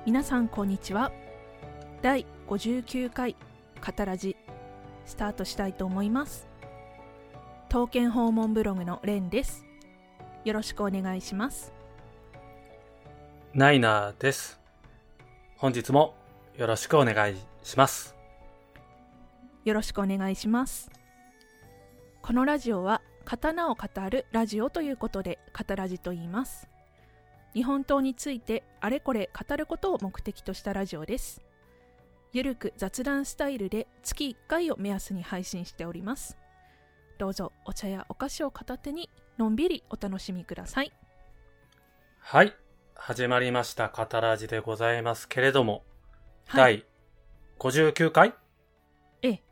皆さんこんにちは。第59回カタラジスタートしたいと思います。刀剣訪問ブログのレンです。よろしくお願いします。 ナイナーです。本日もよろしくお願いします。 よろしくお願いします。このラジオは刀を語るラジオということでカタラジと言います。日本刀についてあれこれ語ることを目的としたラジオです。ゆるく雑談スタイルで月1回を目安に配信しております。どうぞお茶やお菓子を片手にのんびりお楽しみください。 はい、始まりましたカタラジでございますけれども、 はい、 第59回？ ええ。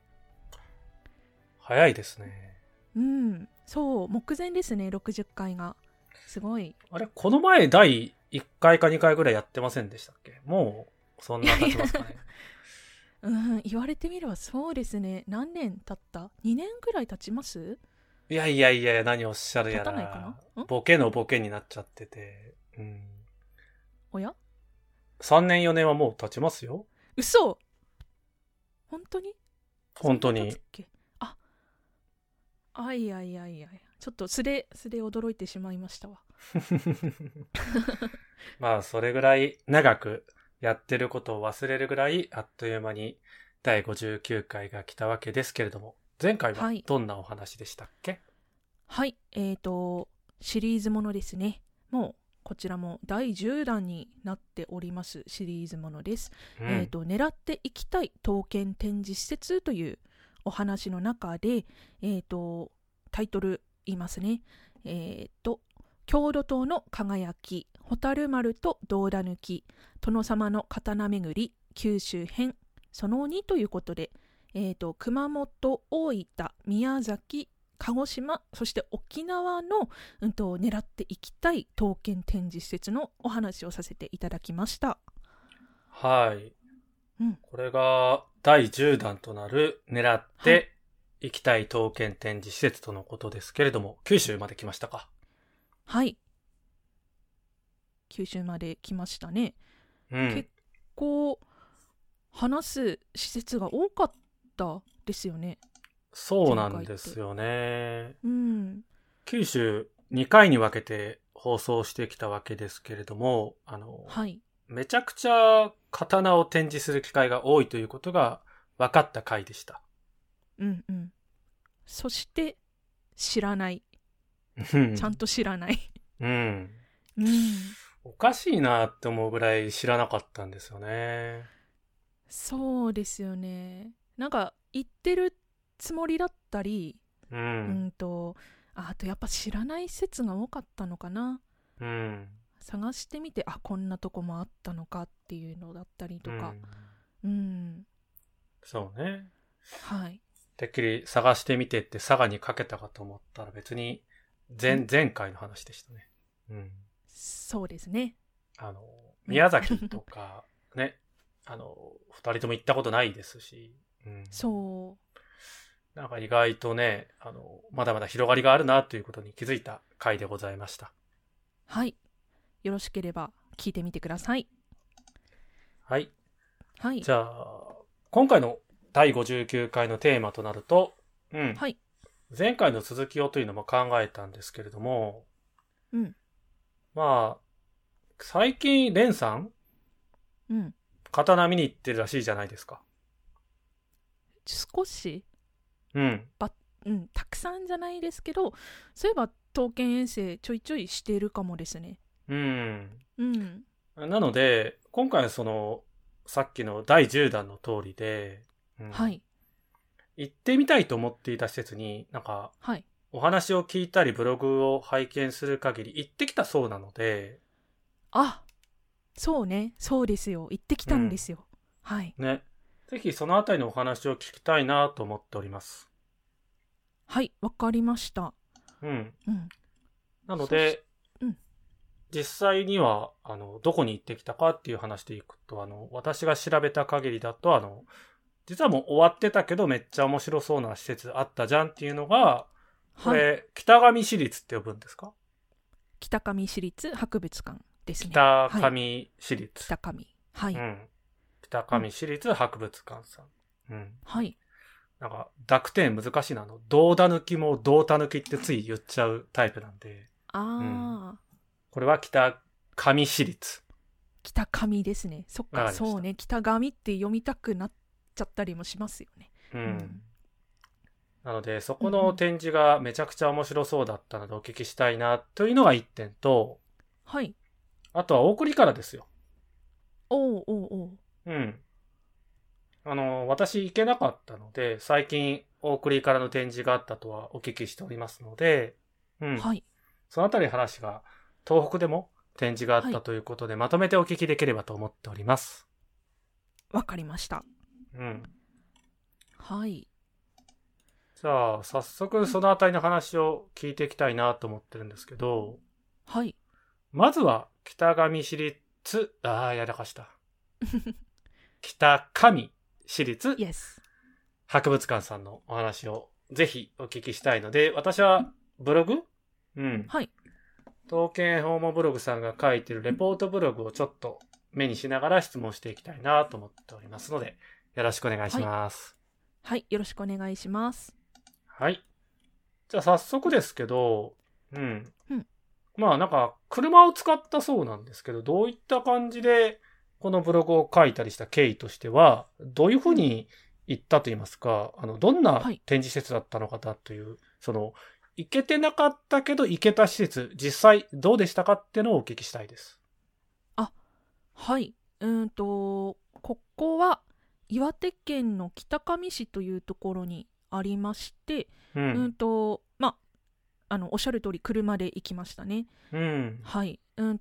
早いですね。 そう、目前ですね、60回が。すごい。 あれ、この前第1回か2回ぐらいやってませんでしたっけ？もうそんな経ちますかね。 言われてみればそうですね。何年経った？ 2 年ぐらい経ちます？ いや、何おっしゃるや経たないかな？ ボケのボケになっちゃってて。 おや？ 3年4年はもう経ちますよ。 嘘？本当に？ 本当に。 いや。ちょっと素で驚いてしまいましたわ。 まあ、それぐらい長くやってることを忘れるぐらいあっという間に第59回が来たわけですけれども、前回はどんなお話でしたっけ？ はい、シリーズものですね。もうこちらも第10弾になっておりますシリーズものです。狙っていきたい刀剣展示施設というお話の中で、タイトル言いますね。郷土島の輝き、蛍丸と胴打抜き、殿様の刀巡り、九州編、その2ということで、熊本、大分、宮崎、鹿児島、そして沖縄の、狙っていきたい刀剣展示施設のお話をさせていただきました。 はい。これが第10弾となる狙っていきたい刀剣展示施設とのことですけれども、九州まで来ましたか？ はい。九州まで来ましたね。結構話す施設が多かったですよね。 そうなんですよね。九州2回に分けて放送してきたわけですけれども、めちゃくちゃ刀を展示する機会が多いということが分かった回でした。 そして知らない。ちゃんと知らない。 おかしいなって思うぐらい知らなかったんですよね。 そうですよね。なんか言ってるつもりだったり、あとやっぱ知らない説が多かったのかな。探してみて、こんなとこもあったのかっていうのだったりとか。 そうね。 はい。 てっきり探してみてって佐賀にかけたかと思ったら別に前回の話でしたね。 そうですね。 宮崎とかね、二人とも行ったことないですし、 そう。 なんか意外とね、まだまだ広がりがあるなということに気づいた回でございました。 はい。よろしければ聞いてみてください。 はい。 はい。 じゃあ、今回の第59回のテーマとなると、 はい。 前回の続きをというのも考えたんですけれども、まあ、最近、レンさん、刀見に行ってるらしいじゃないですか。 少し、たくさんじゃないですけど、そういえば刀剣遠征ちょいちょいしているかもですね。 なので、今回はさっきの第10弾の通りで、行ってみたいと思っていた施設に、なんか、お話を聞いたりブログを拝見する限り行ってきたそうなので、 そうね、そうですよ、行ってきたんですよ。 ね、ぜひそのあたりのお話を聞きたいなと思っております。 はい、わかりました。 なので、実際にはどこに行ってきたかっていう話でいくと、私が調べた限りだと実はもう終わってたけどめっちゃ面白そうな施設あったじゃんっていうのが、これ、北上市立って呼ぶんですか？ 北上市立博物館ですね。 北上市立。 北上。はい。 うん。北上市立博物館さん。うん。 はい。 なんか、濁点難しいな。どうだ抜きもどうた抜きってつい言っちゃうタイプなんで。これは北上市立。 北上ですね。そっか、そうね。北上って読みたくなっちゃったりもしますよね。 なので、そこの展示がめちゃくちゃ面白そうだったのでお聞きしたいなというのが1点と、 はい。 あとは大栗からですよ。 うん。 私行けなかったので、最近大栗からの展示があったとはお聞きしておりますので、 はい。 そのあたり話が東北でも展示があったということで、まとめてお聞きできればと思っております。 わかりました。はい。 じゃあ、早速そのあたりの話を聞いていきたいなと思ってるんですけど、 はい。 まずは、北上市立、やらかした。北上市立博物館さんのお話をぜひお聞きしたいので、私はブログはい。 刀剣訪問ブログさんが書いてるレポートブログをちょっと目にしながら質問していきたいなと思っておりますので、よろしくお願いします。 はい、よろしくお願いします。 はい。じゃあ早速ですけど、まあなんか車を使ったそうなんですけど、どういった感じでこのブログを書いたりした経緯としては、どういうふうに行ったと言いますか、どんな展示施設だったのかなという、行けてなかったけど行けた施設、実際どうでしたかっていうのをお聞きしたいです。 はい。ここは岩手県の北上市というところにありまして、おっしゃる通り車で行きましたね。はい。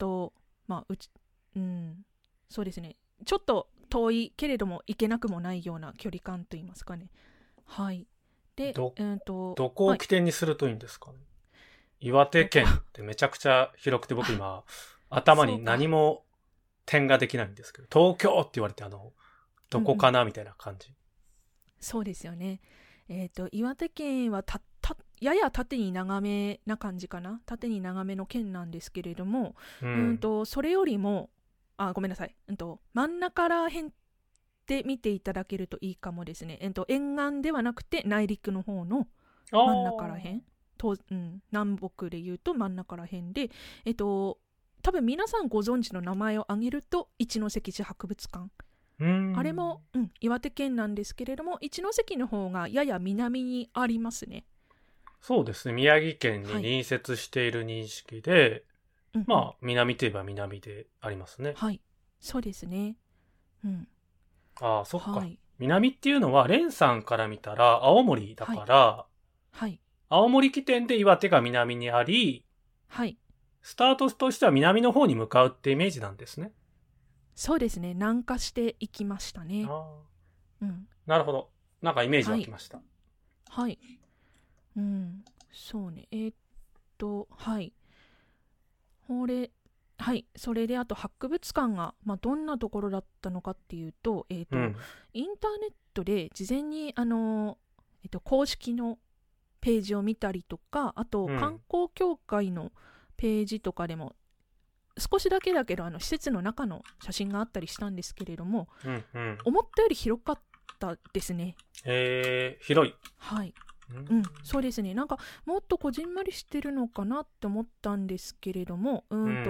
そうですね。ちょっと遠いけれども行けなくもないような距離感といいますかね。はい。で、 どこを起点にするといいんですかね。岩手県ってめちゃくちゃ広くて僕今頭に何も点ができないんですけど、東京って言われてどこかなみたいな感じ。 そうですよね。岩手県はやや縦に長めな感じかな。縦に長めの県なんですけれども、それよりもごめんなさい。真ん中ら辺で見ていただけるといいかもですね。沿岸ではなくて内陸の方の真ん中ら辺。南北でいうと真ん中ら辺で、多分皆さんご存知の名前を挙げると一関市博物館。あれも、岩手県なんですけれども、一関の方がやや南にありますね。 そうですね。宮城県に隣接している認識で、南といえば南でありますね。 はい、そうですね。 そっか。南っていうのは、蓮さんから見たら青森だから、青森起点で岩手が南にあり、スタートとしては南の方に向かうってイメージなんですね。 そうですね。南下していきましたね。 なるほど。なんかイメージ湧きました。 はい。そうね。それであと博物館が、どんなところだったのかっていうと、インターネットで事前に公式のページを見たりとか、あと観光協会のページとかでも少しだけだけど施設の中の写真があったりしたんですけれども、思ったより広かったですね。 広い。 はい。そうですね。なんかもっとこじんまりしてるのかなって思ったんですけれども、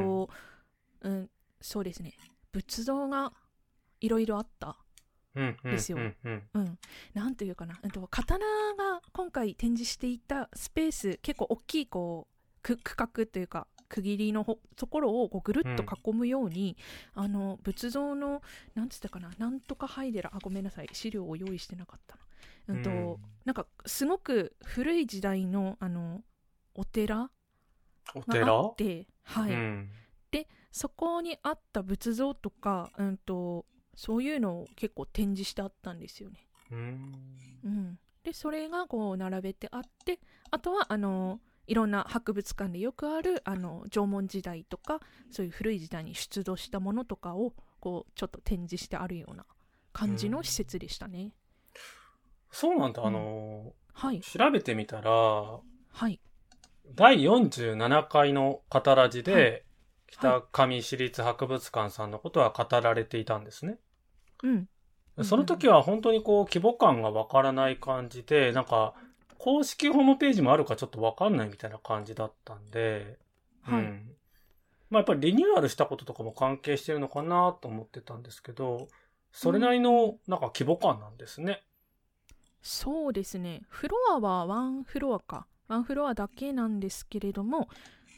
そうですね。仏像がいろいろあったですよ。なんというかな、刀が今回展示していたスペース、結構大きい区画というか区切りのところをぐるっと囲むように、仏像のなんつったかな、なんとかハイデラ、ごめんなさい、資料を用意してなかったな。なんかすごく古い時代のお寺があって、でそこにあった仏像とか、そういうのを結構展示してあったんですよね。でそれがこう並べてあって、あとはいろんな博物館でよくある縄文時代とかそういう古い時代に出土したものとかをこうちょっと展示してあるような感じの施設でしたね。 そうなんだ。調べてみたら、 第 47回のカタラジで、 北上市立博物館さんのことは語られていたんですね。 うん。 その時は本当にこう規模感がわからない感じで、なんか公式ホームページもあるかちょっとわかんないみたいな感じだったんで、 はい。 まあやっぱりリニューアルしたこととかも関係してるのかなと思ってたんですけど、それなりのなんか規模感なんですね。 そうですね。フロアはワンフロアだけなんですけれども、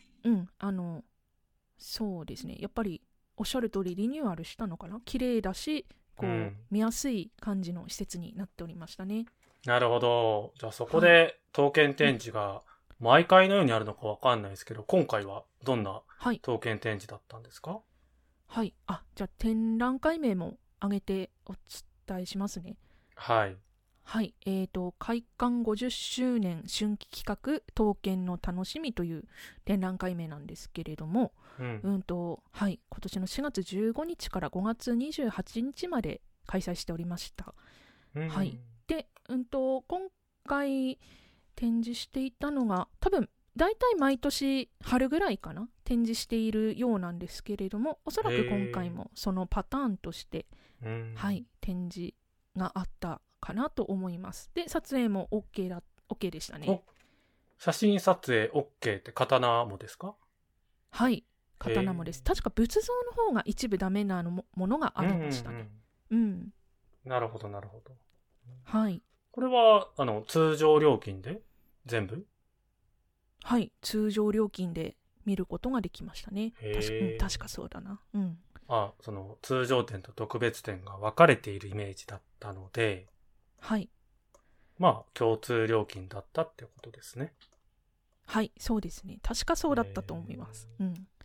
そうですね。やっぱりおっしゃる通りリニューアルしたのかな。綺麗だし、見やすい感じの施設になっておりましたね。 なるほど。じゃあそこで刀剣展示が毎回のようにあるのかわかんないですけど、今回はどんな刀剣展示だったんですか？ はい。じゃあ展覧会名も挙げてお伝えしますね。 はい。 はい。開館50周年春季企画刀剣の楽しみという展覧会名なんですけれども、はい。今年の4月15日から5月28日まで開催しておりました。はい。で、今回展示していたのが、多分だいたい毎年春ぐらいかな、展示しているようなんですけれども、おそらく今回もそのパターンとして、展示があったかなと思います。で、撮影も OK でしたね。 写真撮影 OK って刀もですか？ はい、刀もです。確か仏像の方が一部ダメなものがありましたね。 なるほどなるほど。 はい。 これは通常料金で全部？ はい、通常料金で見ることができましたね。確かそうだな。 その通常展と特別展が分かれているイメージだったので、 はい。 まあ共通料金だったってことですね。 はい、そうですね。確かそうだったと思います。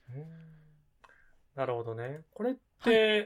なるほどね。これって、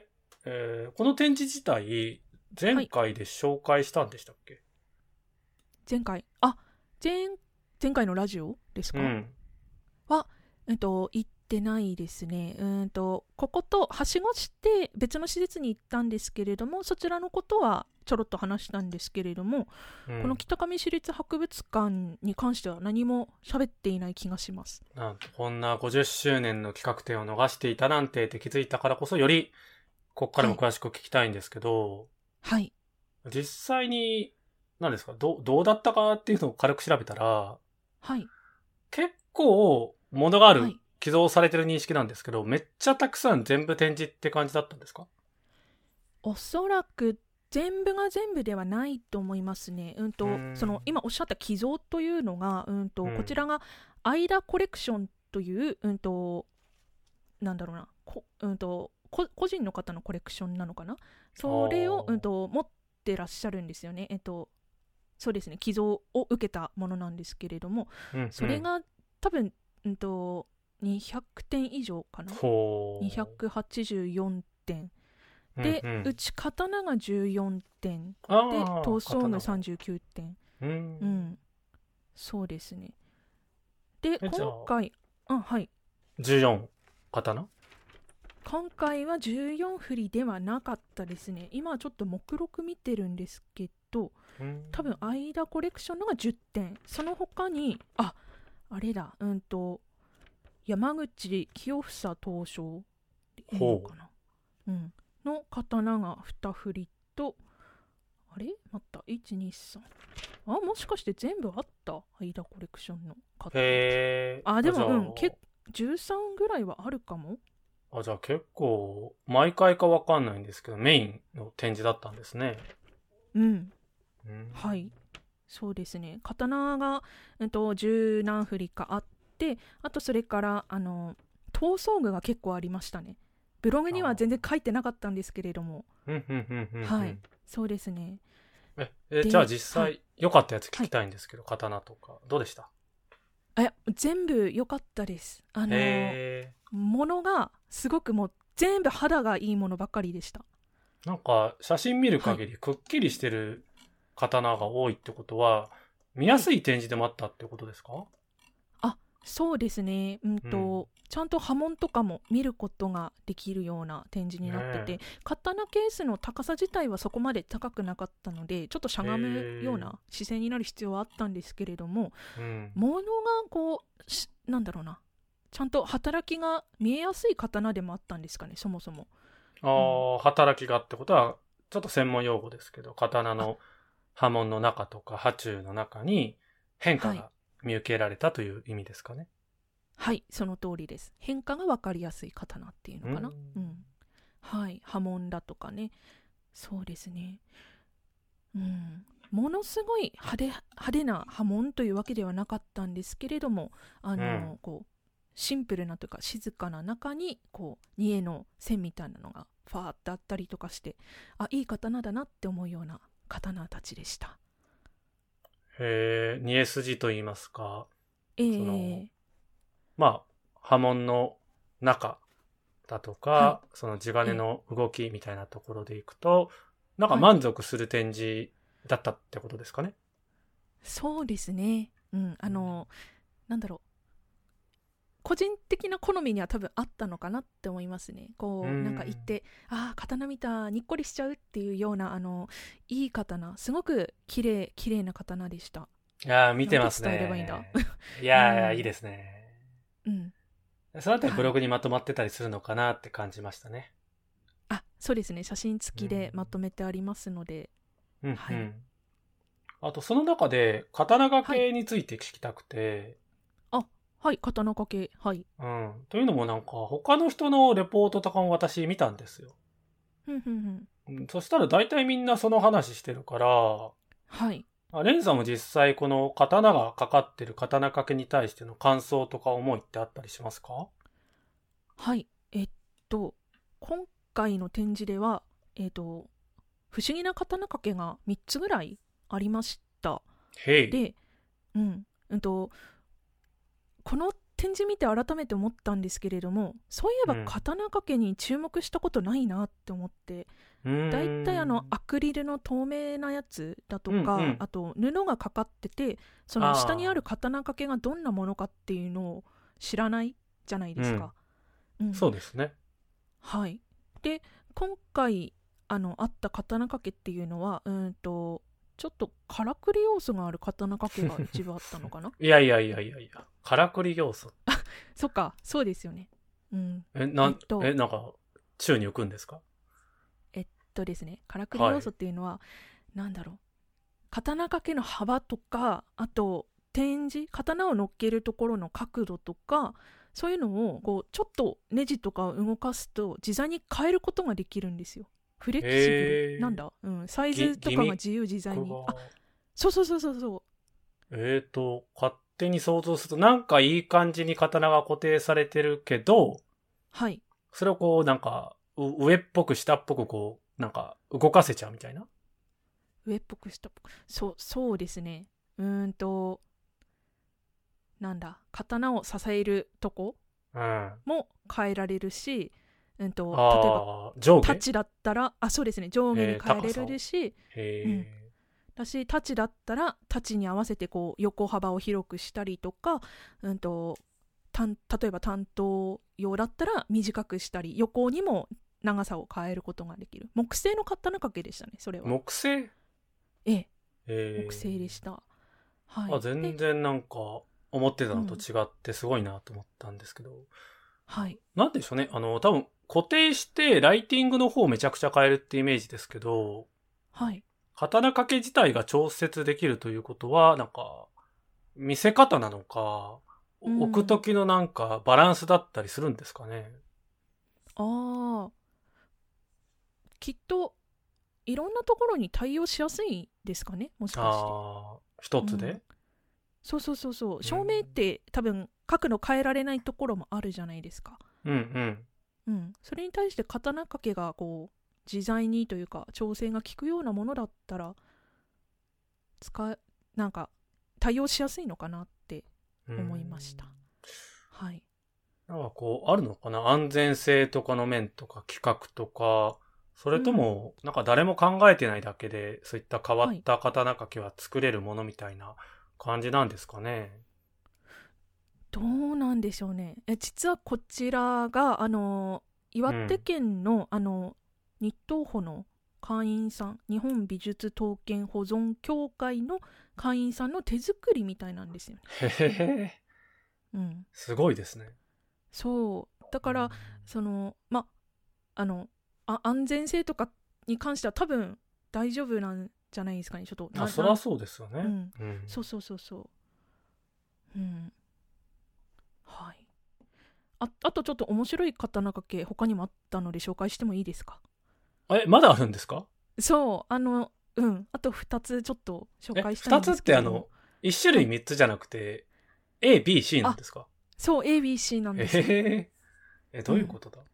この展示自体前回で紹介したんでしたっけ？ 前回のラジオですか？は行ってないですね。こことはしごして別の施設に行ったんですけれども、そちらのことはちょろっと話したんですけれども、この北上市立博物館に関しては何も喋っていない気がします。 なんとこんな50周年の企画展を逃していたなんてって気づいたからこそ、よりここからも詳しく聞きたいんですけど、 はい。 実際に何ですか、どうだったかっていうのを軽く調べたら、 はい。 結構物がある、寄贈されてる認識なんですけど、めっちゃたくさん全部展示って感じだったんですか？ おそらく全部が全部ではないと思いますね。その今おっしゃった寄贈というのが、こちらがアイダコレクションという、なんだろうな、個人の方のコレクションなのかな、それを、持ってらっしゃるんですよね。そうですね、寄贈を受けたものなんですけれども、それが多分、200点以上かな。284点。で、うち刀が14点。で、刀装具39点。そうですね。で、今回、はい。 14刀？ 今回は14振りではなかったですね。今はちょっと目録見てるんですけど、多分アイダコレクションのが10点。その他に、あれだ、山口清房刀匠でいいのかな、の刀が2振りと、あれまた123、もしかして全部あったアイダコレクションの刀。でも13ぐらいはあるかも。 じゃあ結構毎回か分かんないんですけど、メインの展示だったんですね。 はい、そうですね。刀が十何振りかあって、あとそれから刀装具が結構ありましたね。ブログには全然書いてなかったんですけれども、はい、そうですね。 じゃあ実際良かったやつ聞きたいんですけど、刀とかどうでした？ 全部良かったです。ものがすごくもう全部肌がいいものばかりでした。 なんか写真見る限りくっきりしてる刀が多いってことは、見やすい展示でもあったってことですか？ そうですね。ちゃんと刃文とかも見ることができるような展示になってて、刀ケースの高さ自体はそこまで高くなかったので、ちょっとしゃがむような姿勢になる必要はあったんですけれども、物がなんだろうな、 ちゃんと働きが見えやすい刀でもあったんですかね、そもそも。 働きがってことはちょっと専門用語ですけど、刀の刃文の中とか刃中の中に変化が見受けられたという意味ですかね。 はい、その通りです。変化が分かりやすい刀っていうのかな。はい、刃文だとかね。そうですね。ものすごい派手な刃文というわけではなかったんですけれども、こうシンプルなというか静かな中にこう二重の線みたいなのがファーってあったりとかして、いい刀だなって思うような刀たちでした。 へえ、二重筋と言いますか。刃文の中だとか、その地金の動きみたいなところでいくと、なんか満足する展示だったってことですかね。 そうですね。なんだろう。個人的な好みには多分あったのかなって思いますね。なんか言って刀見たにっこりしちゃうっていうようないい刀、すごく綺麗な刀でした。 いや見てますね。 伝えればいいんだ。 いやいいですね。そのあたりブログにまとまってたりするのかなって感じましたね。 そうですね。写真付きでまとめてありますので。 あとその中で刀掛けについて聞きたくて。 はい、刀掛け、はい。 というのもなんか他の人のレポートとかも私見たんですよ。そしたら大体みんなその話してるから、はい。レンさんも実際この刀がかかってる刀掛けに対しての感想とか思いってあったりしますか？ はい。今回の展示では、不思議な刀掛けが3つぐらいありました。で、この展示見て改めて思ったんですけれども、そういえば刀掛けに注目したことないなって思って、だいたいアクリルの透明なやつだとか、あと布がかかってて、その下にある刀掛けがどんなものかっていうのを知らないじゃないですか。 そうですね。 はい。で、今回あった刀掛けっていうのはちょっとからくり要素がある刀掛けが一部あったのかな。 いやからくり要素そっか、そうですよね。 なんか宙に浮くんですか？ ですね、からくり要素っていうのは、なんだろう、刀掛けの幅とか、あと展示、刀を乗っけるところの角度とか、そういうのをちょっとネジとかを動かすと自在に変えることができるんですよ。フレキシブル、サイズとかが自由自在に。そう。 勝手に想像するとなんかいい感じに刀が固定されてるけど、はい。それをなんか上っぽく下っぽくなんか動かせちゃうみたいな。 上っぽく下っぽく。そうですね。なんだ、刀を支えるとこも変えられるし、例えば上下タッチだったらそうですね、上下に変えれるし、だしタッチだったらタッチに合わせて横幅を広くしたりとか、例えば担当用だったら短くしたり、横にも長さを変えることができる木製の刀掛けでしたね。それは木製？ 木製でした。はい。 全然なんか思ってたのと違ってすごいなと思ったんですけど、はい。なんでしょうね。多分固定してライティングの方をめちゃくちゃ変えるってイメージですけど、はい。刀掛け自体が調節できるということは、なんか見せ方なのか、置く時のなんかバランスだったりするんですかね。 きっといろんなところに対応しやすいですかね、もしかして。 一つで、 そう。照明って多分角度変えられないところもあるじゃないですか。それに対して刀掛けが自在にというか調整が効くようなものだったらなんか対応しやすいのかなって思いました。はい。 なんかあるのかな、安全性とかの面とか規格とか、それともなんか誰も考えてないだけで、そういった変わった刀掛けは作れるものみたいな感じなんですかね。 どうなんでしょうね。実はこちらが岩手県の日東保の会員さん、日本美術刀剣保存協会の会員さんの手作りみたいなんですよね。 すごいですね。 そうだからその安全性とかに関しては多分大丈夫なんじゃないですかね。ちょっとそりゃそうですよね。 そうはい。あとちょっと面白い刀掛け他にもあったので紹介してもいいですか？ まだあるんですか？ そうあと2つちょっと紹介したいんですけど。 2つって1種類3つじゃなくて、はい、A、B、C なんですか？ そう A、B、C なんですよ。 どういうことだ？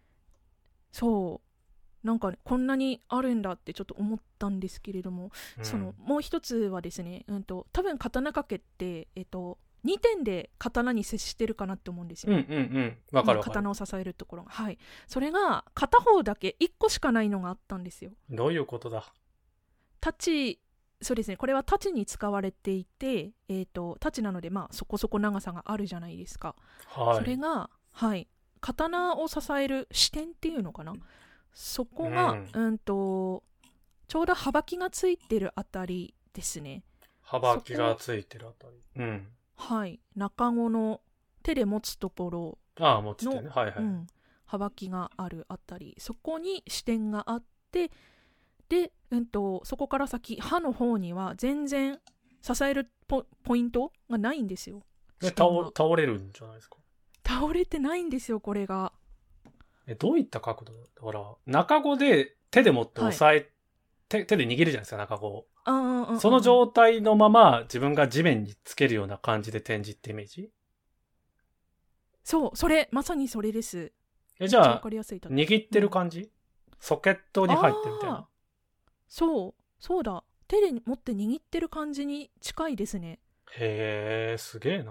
そうなんか、ね、こんなにあるんだってちょっと思ったんですけれども、もう一つはですね、多分刀掛けって2点で刀に接してるかなって思うんですよ。 わかる。 刀を支えるところが、はい、それが片方だけ1個しかないのがあったんですよ。 どういうことだ？ そうですね、これは太刀に使われていて、太刀なのでそこそこ長さがあるじゃないですか。 はい、 それが、はい、刀を支える支点っていうのかな、そこが、ちょうど幅木がついてるあたりですね。 幅木がついてるあたり、 はい、中子の手で持つところの持ち手ね、はいはい、 幅木があるあたり、そこに支点があって、で、そこから先刃の方には全然支える ポイントがないんですよ。 倒れるんじゃないですか？ 倒れてないんですよ、これが。 どういった角度だ？だから中子で手で持って押さえ、はい、手で握るじゃないですか、中子を。その状態のまま自分が地面につけるような感じで展示ってイメージ？ そう、まさにそれです。 じゃあ握ってる感じ、ソケットに入ってるみたいな。 そうだ、手で持って握ってる感じに近いですね。 へえ、すげえな。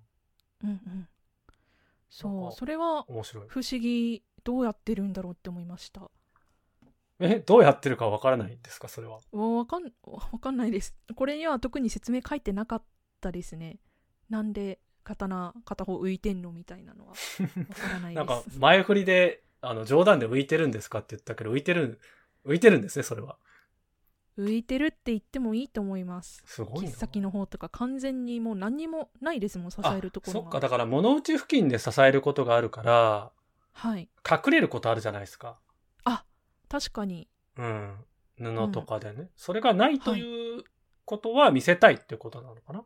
そう、それは面白い。 不思議。どうやってるんだろうって思いました。 どうやってるかわからないんですか、それは？ わかんないです。これには特に説明書いてなかったですね。なんで刀片方浮いてんのみたいなのはわからないです。 なんか前振りで冗談で浮いてるんですかって言ったけど、浮いてるんですね、それは。 浮いてるって言ってもいいと思います。 すごいな。 切っ先の方とか完全にもう何にもないですもん、支えるところが。 そっか、だから物打ち付近で支えることがあるから、 はい、 隠れることあるじゃないですか。 確かに。 布とかでね、それがないということは見せたいってことなのか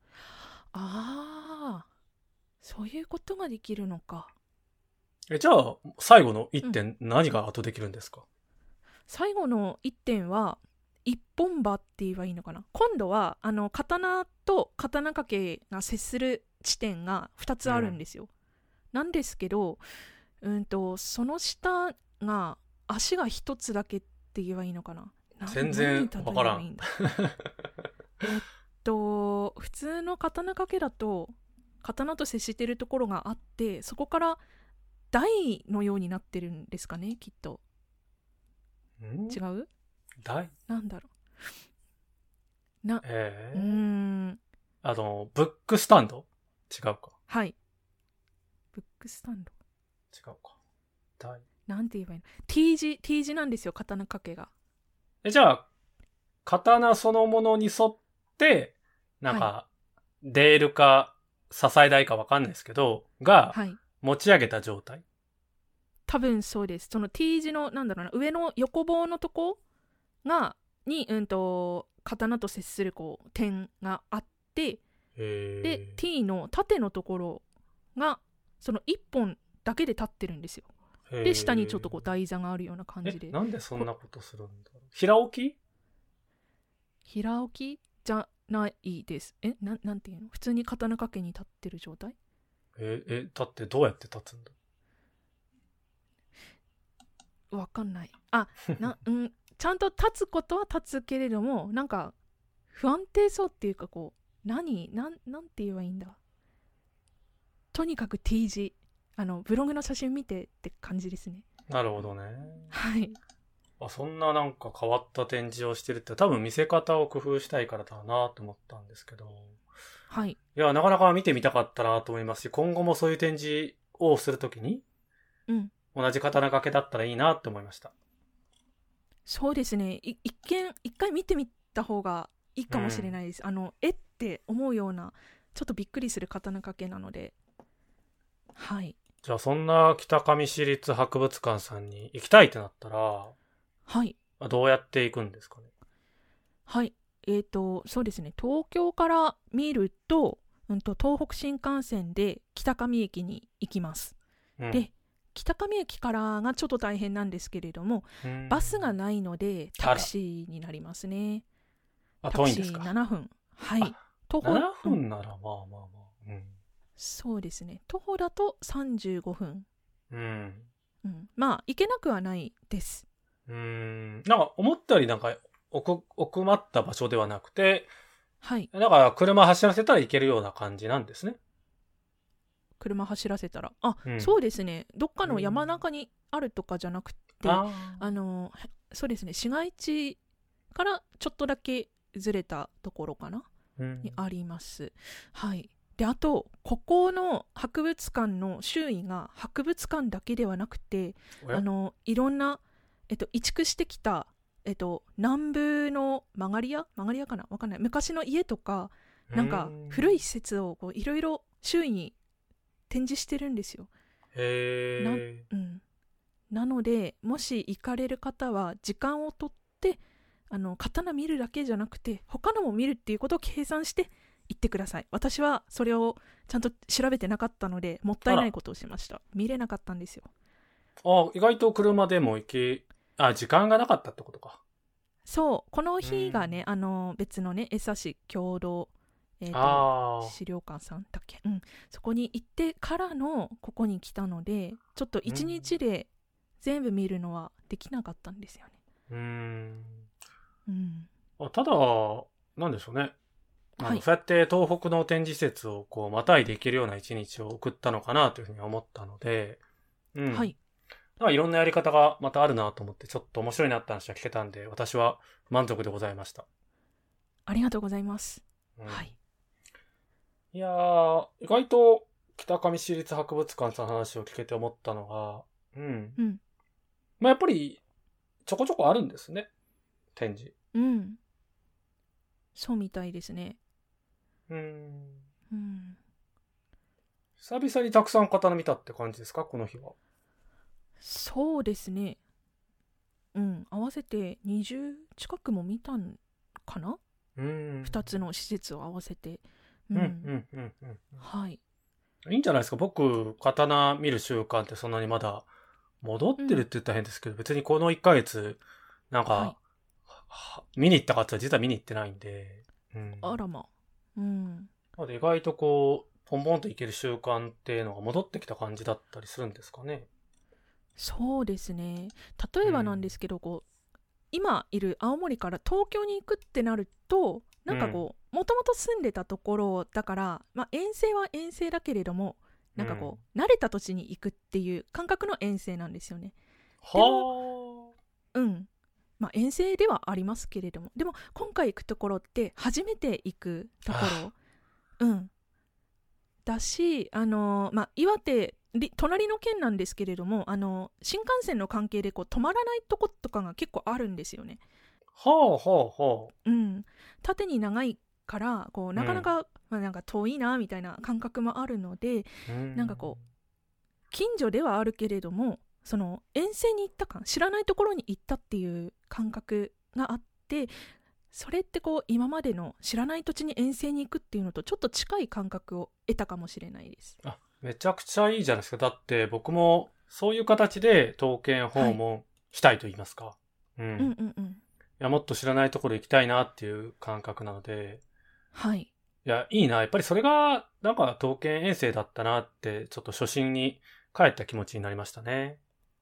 な。 そういうことができるのか。 じゃあ最後の1点、何が後できるんですか？ 最後の1点は一本刃って言えばいいのかな。今度は刀と刀掛けが接する地点が2つあるんですよ。なんですけど、その下が足が1つだけって言えばいいのかな。 全然わからん。 普通の刀掛けだと刀と接しているところがあって、そこから台のようになってるんですかね、きっと。違う？ 台？ なんだろう。 ブックスタンド？違うか。 はい。ブックスタンド。 違うか。台。 なんて言えばいいの？ T 字なんですよ、刀掛けが。 じゃあ刀そのものに沿ってなんか、レールか支え台か分かんないですけどが持ち上げた状態、 多分そうです。その T 字の上の横棒のとこに刀と接する点があって、で T の縦のところがその1本だけで立ってるんですよ。で下にちょっと台座があるような感じで。 なんでそんなことするんだろう。平置きじゃないです。なんていうの？普通に刀掛けに立ってる状態？ 立ってどうやって立つんだ？ わかんない。ちゃんと立つことは立つけれども、なんか不安定そうっていうかなんて言えばいいんだ。とにかく T 字、ブログの写真見てって感じですね。 なるほどね。 はい。 そんななんか変わった展示をしてるって多分見せ方を工夫したいからだなと思ったんですけど。 はい。 いや、なかなか見てみたかったなと思いますし、今後もそういう展示をするときに、同じ刀掛けだったらいいなって思いました。 そうですね。一回見てみた方がいいかもしれないです。って思うような、ちょっとびっくりする刀掛けなので。はい。 じゃあそんな北上市立博物館さんに行きたいってなったら、 はい。 どうやって行くんですかね。 はい。そうですね。東京から見ると、東北新幹線で北上駅に行きます。で、北上駅からがちょっと大変なんですけれども、バスがないのでタクシーになりますね。 タクシー 7分。はい。 7分ならまあまあまあ。 そうですね。徒歩だと35分。 うん。 まあ、行けなくはないです。 なんか思ったよりなんか奥まった場所ではなくて、 はい。 だから車走らせたらいけるような感じなんですね。 車走らせたら。そうですね。どっかの山中にあるとかじゃなくて、そうですね。市街地からちょっとだけずれたところかな、にあります。はい。で、あと、ここの博物館の周囲が博物館だけではなくて、いろんな、移築してきた、南部の曲がり屋かなわかんない。昔の家とか、なんか古い施設をいろいろ周囲に展示してるんですよ。なので、もし行かれる方は時間をとって、刀見るだけじゃなくて、他のも見るっていうことを計算して行ってください。私はそれをちゃんと調べてなかったので、もったいないことをしました。見れなかったんですよ。 意外と車でも時間がなかったってことか。 そう、この日がね、別のね、江差共同、資料館さんだっけ、そこに行ってからのここに来たので、ちょっと一日で全部見るのはできなかったんですよね。 ただ、なんでしょうね。そうやって東北の展示施設をこうまたいでいけるような一日を送ったのかなというふうに思ったので、はい。いろんなやり方がまたあるなと思って、ちょっと面白いなって話は聞けたんで、私は満足でございました。 ありがとうございます。はい。 いやー、意外と北上市立博物館さんの話を聞けて思ったのが、まあやっぱりちょこちょこあるんですね、展示。 そうみたいですね。 久々にたくさん刀見たって感じですか、この日は。 そうですね。合わせて20近くも見たんかな。2つの施設を合わせて。はい。 いいんじゃないですか。僕、刀見る習慣ってそんなにまだ戻ってるって言ったら変ですけど、別にこの1ヶ月、なんか、見に行ったかって実は見に行ってないんで。 あらま。なので意外とこう、ポンポンと行ける習慣っていうのが戻ってきた感じだったりするんですかね。 そうですね。例えばなんですけど、今いる青森から東京に行くってなると、なんかもともと住んでたところだから、遠征は遠征だけれども、なんか慣れた土地に行くっていう感覚の遠征なんですよね。でも、遠征ではありますけれども、でも今回行くところって初めて行くところ、だし、岩手、隣の県なんですけれども、新幹線の関係で止まらないとことかが結構あるんですよね。縦に長いからなかなか、なんか遠いなみたいな感覚もあるので、なんか近所ではあるけれども、その遠征に行った感、知らないところに行ったっていう感覚があって、それって今までの知らない土地に遠征に行くっていうのとちょっと近い感覚を得たかもしれないです。 めちゃくちゃいいじゃないですか。だって僕もそういう形で刀剣訪問したいと言いますか。もっと知らないところ行きたいなっていう感覚なので。 はい。 いや、いいな。やっぱりそれがなんか刀剣遠征だったなって、ちょっと初心に帰った気持ちになりましたね。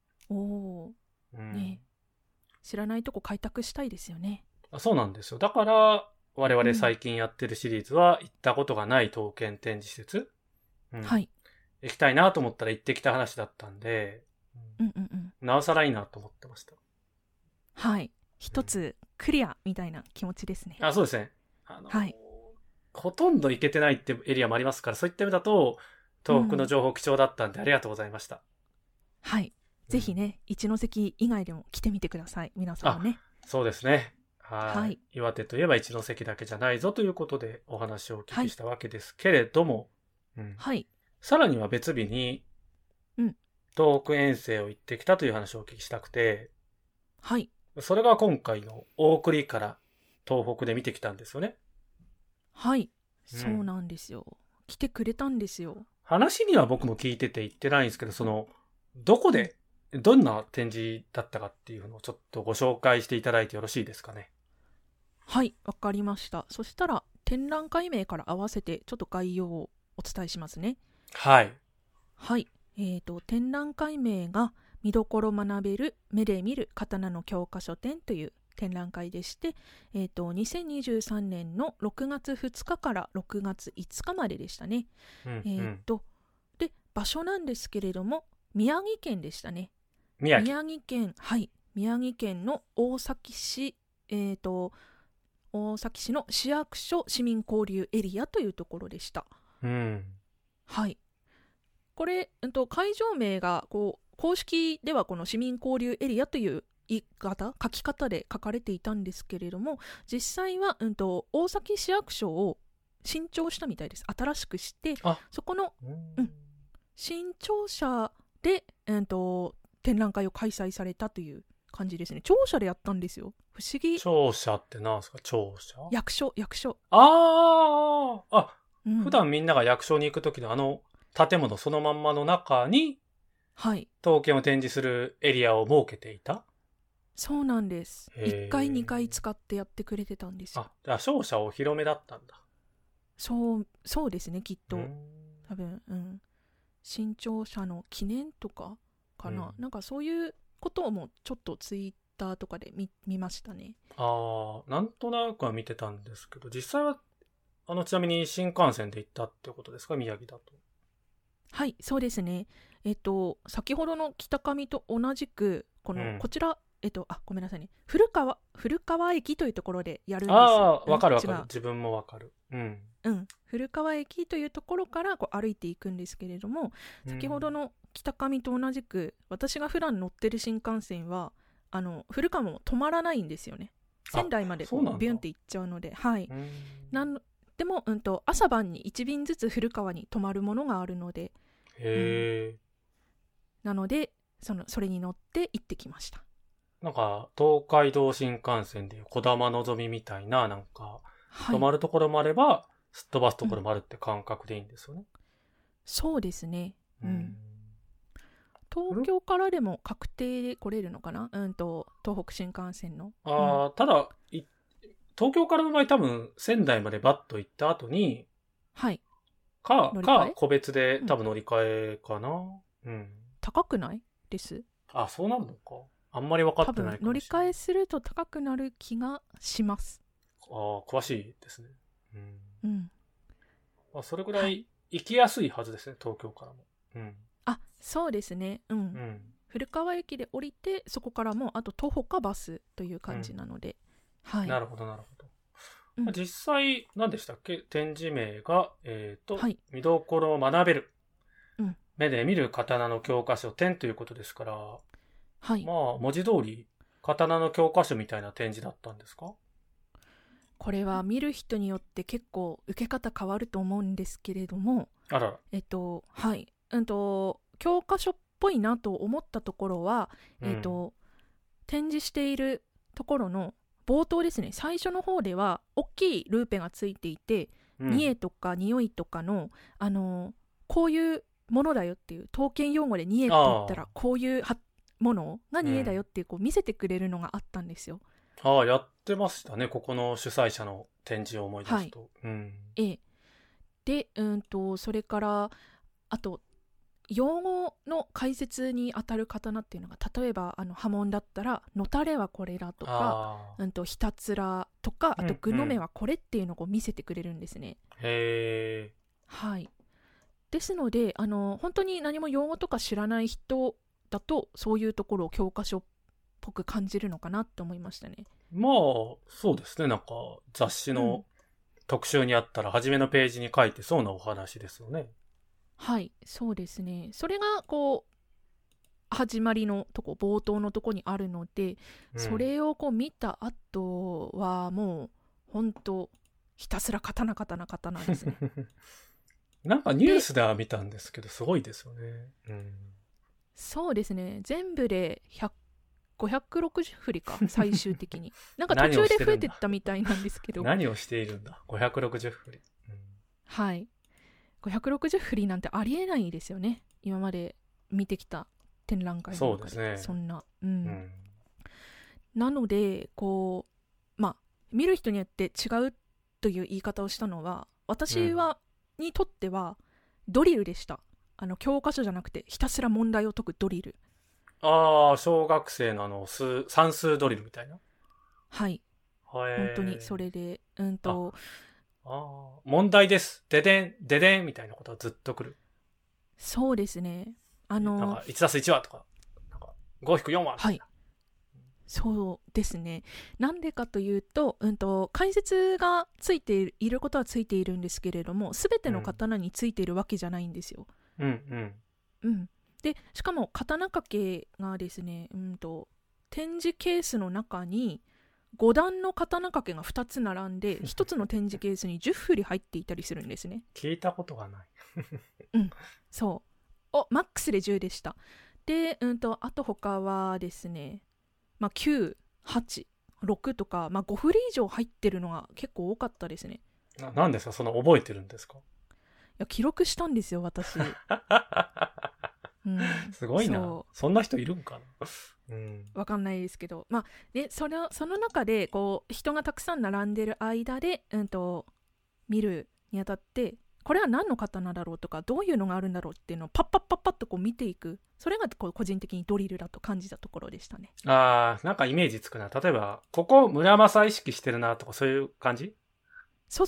ね。知らないとこ開拓したいですよね。 そうなんですよ。だから我々最近やってるシリーズは行ったことがない刀剣展示施設、 はい。 行きたいなと思ったら行ってきた話だったんで、なおさらいいなと思ってました。 はい。一つクリアみたいな気持ちですね。 そうですね。ほとんど行けてないってエリアもありますから、そういった意味だと東北の情報貴重だったんでありがとうございました。 はい。ぜひね、一関以外でも来てみてください、皆さんもね。 そうですね。はい。岩手といえば一関だけじゃないぞということでお話をお聞きしたわけですけれども、 はい。 さらには別日に、 東北遠征を行ってきたという話をお聞きしたくて、 はい。 それが今回の大栗から東北で見てきたんですよね。 はい、そうなんですよ。来てくれたんですよ。 話には僕も聞いてて行ってないんですけど、どこで、どんな展示だったかっていうのをちょっとご紹介していただいてよろしいですかね。 はい、わかりました。そしたら展覧会名から合わせてちょっと概要をお伝えしますね。 はい。 はい。展覧会名が見どころ学べる目で見る刀の教科書展という展覧会でして、2023年の6月2日から6月5日まででしたね。で、場所なんですけれども、宮城県でしたね。宮城県、はい。宮城県の大崎市、大崎市の市役所市民交流エリアというところでした。はい。これ、会場名が公式ではこの市民交流エリアという書き方で書かれていたんですけれども、実際は、大崎市役所を新調したみたいです。新しくして、そこの、新庁舎で、展覧会を開催されたという感じですね。庁舎でやったんですよ。不思議。 庁舎って何ですか？庁舎？ 役所。 普段みんなが役所に行くときの建物そのまんまの中に、 はい。 刀剣を展示するエリアを設けていた？ そうなんです。1回2回使ってやってくれてたんですよ。 じゃあ庁舎お披露目だったんだ。 そうですね、きっと。多分、新庁舎の記念とかかな。なんかそういうこともちょっとツイッターとかで見ましたね。 なんとなくは見てたんですけど、実際はちなみに新幹線で行ったってことですか？宮城だと。 はい、そうですね。先ほどの北上と同じくこちら、ごめんなさいね。古川駅というところでやるんですよ。 わかる。自分もわかる。 古川駅というところから歩いていくんですけれども、先ほどの北上と同じく私が普段乗ってる新幹線は古川も止まらないんですよね。仙台までビュンって行っちゃうので、はい。でも、朝晩に1便ずつ古川に止まるものがあるので、なのでそれに乗って行ってきました。 なんか東海道新幹線でいうこだまのぞみみたいな、なんか止まるところもあればすっ飛ばすところもあるって感覚でいいんですよね。 そうですね。東京からでも確定で来れるのかな？東北新幹線の。 ただ東京からの場合多分仙台までバッと行った後に、 はい。 か個別で多分乗り換えかな。 高くないです。 そうなるのか。あんまり分かってないかもしれない。 多分乗り換えすると高くなる気がします。 詳しいですね。それぐらい行きやすいはずですね、東京からも。 そうですね。古川駅で降りて、そこからもあと徒歩かバスという感じなので。はい。 なるほど。実際何でしたっけ？展示名が見どころを学べる、目で見る刀の教科書展ということですから、まあ文字通り刀の教科書みたいな展示だったんですか？ これは見る人によって結構受け方変わると思うんですけれども、はい。教科書っぽいなと思ったところは、展示しているところの冒頭ですね、最初の方では大きいルーペがついていて、煮えとか匂いとかの、こういうものだよっていう、刀剣用語で煮えって言ったらこういうものが煮えだよっていう、見せてくれるのがあったんですよ。 やってましたね、ここの主催者の展示を思い出すと。 で、それからあと用語の解説に当たる刀っていうのが、例えば刃文だったらのたれはこれだとか、ひたつらとか、あと具の目はこれっていうのを見せてくれるんですね。はい。ですので本当に何も用語とか知らない人だと、そういうところを教科書っぽく感じるのかなって思いましたね。 そうですね。なんか雑誌の特集にあったら初めのページに書いてそうなお話ですよね。 はい、そうですね。それが始まりのとこ、冒頭のとこにあるので、それを見た後はもう本当ひたすら刀ですね。 なんかニュースでは見たんですけど、すごいですよね。 そうですね、全部で560振りか、最終的に。なんか途中で増えてったみたいなんですけど。 何をしているんだ、560振り。 はい。560振りなんてありえないですよね。今まで見てきた展覧会の中で。 そうですね。 そんな。なので、こう、見る人によって違うという言い方をしたのは、私にとってはドリルでした。教科書じゃなくて、ひたすら問題を解くドリル。 ああ、小学生の算数ドリルみたいな。 はい。本当にそれで、 問題です。ででん、ででんみたいなことはずっと来る。 そうですね。 なんか 1+1 はとか、なんか 5-4 は。 はい。そうですね。なんでかというと、解説がついていることはついているんですけれども、すべての刀についているわけじゃないんですよ。で、しかも刀掛けがですね、展示ケースの中に5段の刀掛けが2つ並んで、1つの展示ケースに10振り入っていたりするんですね。 聞いたことがない。 そう。マックスで10でした。で、あと他はですね、9、8、6とか、5振り以上入ってるのが結構多かったですね。 なんですか、その覚えてるんですか？いや、記録したんですよ、私。 すごいな。そんな人いるんかな。 わかんないですけど、でその中でこう人がたくさん並んでる間で、見るにあたって、これは何の刀だろうとか、どういうのがあるんだろうっていうのをパッッとこう見ていく。それがこう個人的にドリルだと感じたところでしたね。 なんかイメージつくな。例えば、ここ村正意識してるなとか、そういう感じ？ そう。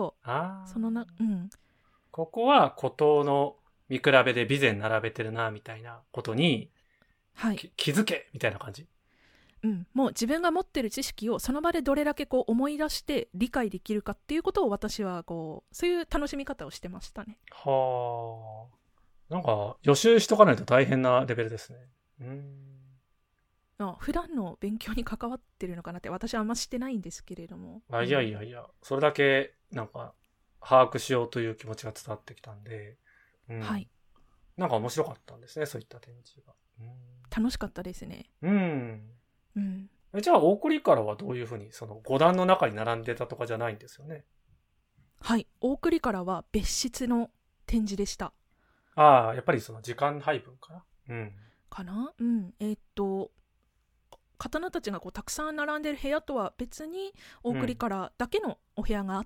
ここは古刀の見比べで備前並べてるなみたいなことに、気づけみたいな感じ。 もう自分が持ってる知識をその場でどれだけこう思い出して理解できるかっていうことを、私はこうそういう楽しみ方をしてましたね。 はあ。なんか予習しとかないと大変なレベルですね。 普段の勉強に関わってるのかなって、私はあんましてないんですけれども。 いや、それだけなんか把握しようという気持ちが伝わってきたんで、なんか面白かったんですね、そういった展示が。 楽しかったですね。 じゃあ大栗からはどういうふうにその5段の中に並んでたとかじゃないんですよね？ はい、大栗からは別室の展示でした。 やっぱりその時間配分かな。 かな。刀たちがこうたくさん並んでる部屋とは別に、大栗からだけのお部屋があって、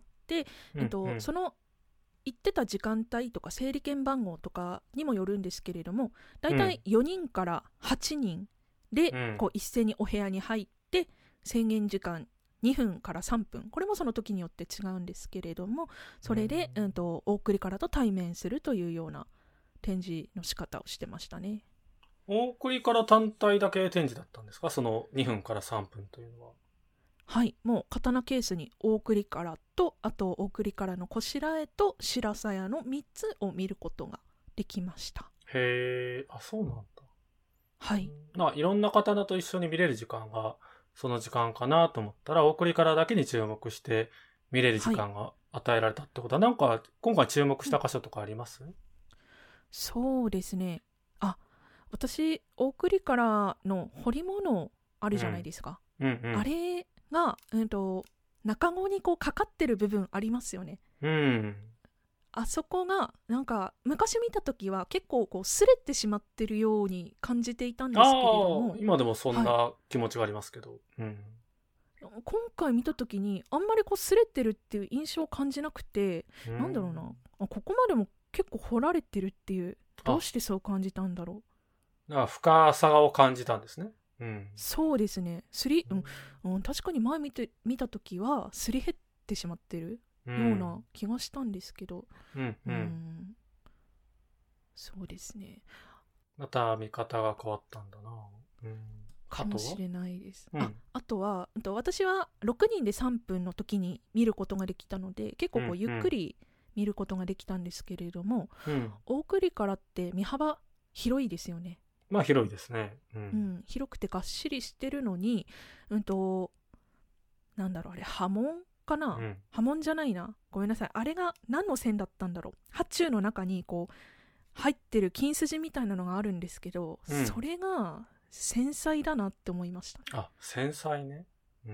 その行ってた時間帯とか整理券番号とかにもよるんですけれども、だいたい4人から8人でこう一斉にお部屋に入って、制限時間2分から3分、これもその時によって違うんですけれども、それで、大栗からと対面するというような展示の仕方をしてましたね。 大栗から単体だけ展示だったんですか？その2分から3分というのは。 はい、もう刀ケースに大栗からと、あと大栗からのこしらえと白鞘の3つを見ることができました。 へえ、そうなんだ。 はい。 いろんな刀と一緒に見れる時間がその時間かなと思ったら、大栗からだけに注目して見れる時間が与えられたってことは、なんか今回注目した箇所とかあります？ そうですね。私、大栗からの彫り物あるじゃないですか。あれが、中子にこうかかってる部分ありますよね。あそこがなんか昔見た時は結構こう擦れてしまってるように感じていたんですけれども、 今でもそんな気持ちがありますけど、今回見た時にあんまりこう擦れてるっていう印象を感じなくて、なんだろうな、ここまでも結構彫られてるっていう、どうしてそう感じたんだろう。 深さを感じたんですね。 そうですね。確かに前見た時はすり減ってしまってるような気がしたんですけど、そうですね。 また見方が変わったんだな。 かもしれないです。あとは私は6人で3分の時に見ることができたので、結構こうゆっくり見ることができたんですけれども、大栗からって身幅広いですよね。 広いですね。 広くてがっしりしてるのに、なんだろう、あれ刃文かな、刃文じゃないな、ごめんなさい、あれが何の線だったんだろう。発注の中にこう入ってる金筋みたいなのがあるんですけど、それが繊細だなって思いました。 あ、繊細ね。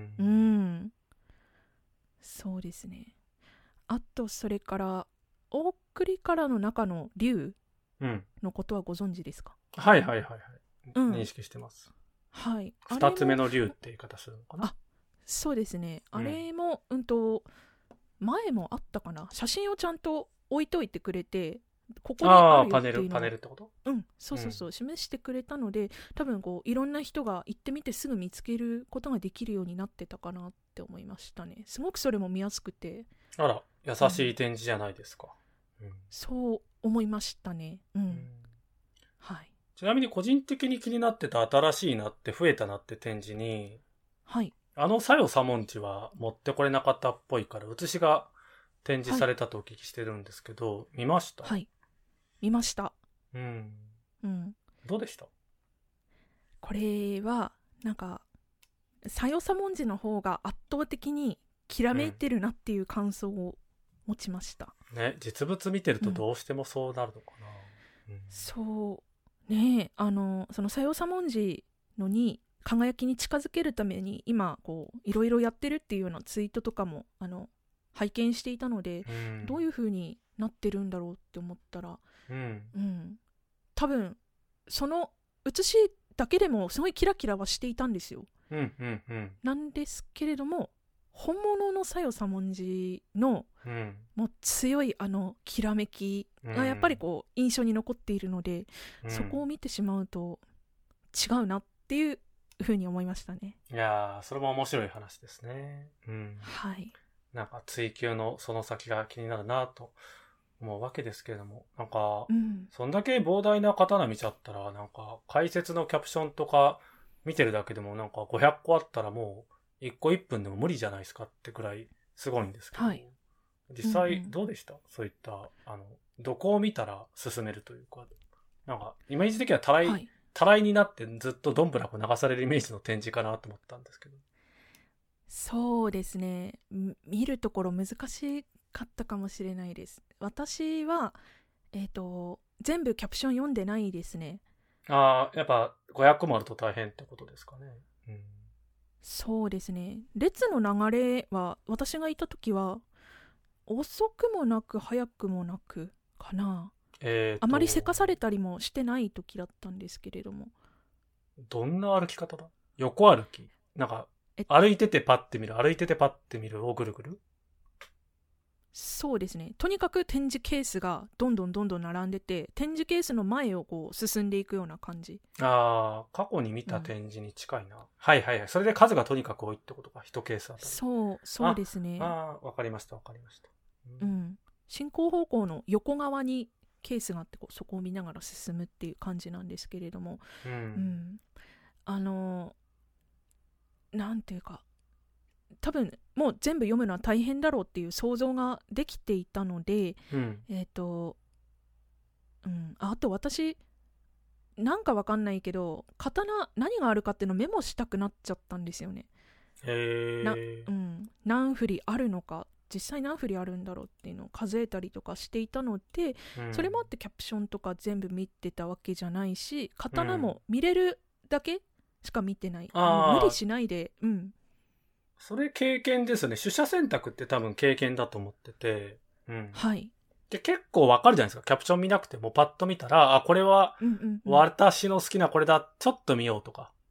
そうですね。あとそれから大栗からの中の竜のことはご存知ですか？ はいはいはいはい、認識してます。 はい。 二つ目の竜って言い方するのかな。 あ、そうですね。あれも前もあったかな。写真をちゃんと置いといてくれて、ここにあるよっていうのをパネルってこと？ そうそうそう、示してくれたので、多分こういろんな人が行ってみてすぐ見つけることができるようになってたかなって思いましたね。すごくそれも見やすくて。 あら、優しい展示じゃないですか。 そう思いましたね。はい。 ちなみに個人的に気になってた新しいなって増えたなって展示に、 はい。 佐与左文字は持ってこれなかったっぽいから写しが展示されたとお聞きしてるんですけど、見ました？ はい。見ました。 どうでした？ これはなんか佐与左文字の方が圧倒的にきらめいてるなっていう感想を持ちました。 ね、実物見てるとどうしてもそうなるのかな。 そうね、その佐与左文字のに輝きに近づけるために今こういろいろやってるっていうようなツイートとかも拝見していたので、どういう風になってるんだろうって思ったら、多分その写しだけでもすごいキラキラはしていたんですよ。なんですけれども、本物の佐与左文字の、もう強いきらめきがやっぱりこう印象に残っているので、そこを見てしまうと違うなっていう風に思いましたね。 いやー、それも面白い話ですね。 はい。 なんか追求のその先が気になるなと思うわけですけれども、なんか、そんだけ膨大な刀見ちゃったら、なんか解説のキャプションとか見てるだけでもなんか500個あったらもう1個1分でも無理じゃないですかってくらいすごいんですけど、実際どうでした？そういったどこを見たら進めるというか、なんかイメージ的にはたらいになってずっとどんぶらこ流されるイメージの展示かなと思ったんですけど。 そうですね、見るところ難しかったかもしれないです。私は全部キャプション読んでないですね。 やっぱ500個もあると大変ってことですかね。 そうですね。列の流れは私がいた時は遅くもなく早くもなくかな。あまりせかされたりもしてない時だったんですけれども。 どんな歩き方だ？横歩き？なんか歩いててパッて見る、歩いててパッて見るをぐるぐる？ そうですね。とにかく展示ケースがどんどん並んでて、展示ケースの前をこう進んでいくような感じ。 過去に見た展示に近いな。はいはいはい。それで数がとにかく多いってことか、1ケースあたり。 そうですね。 わかりました。 進行方向の横側にケースがあってこうそこを見ながら進むっていう感じなんですけれども、なんていうか、多分もう全部読むのは大変だろうっていう想像ができていたので、あと私なんかわかんないけど刀何があるかっていうのをメモしたくなっちゃったんですよね。何振りあるのか、実際何振りあるんだろうっていうのを数えたりとかしていたので、それもあってキャプションとか全部見てたわけじゃないし、刀も見れるだけしか見てない。無理しないで。 それ経験ですね。取捨選択って多分経験だと思ってて。 はい。 で、結構わかるじゃないですか。キャプション見なくてもパッと見たら、これは私の好きなこれだ、ちょっと見ようとか。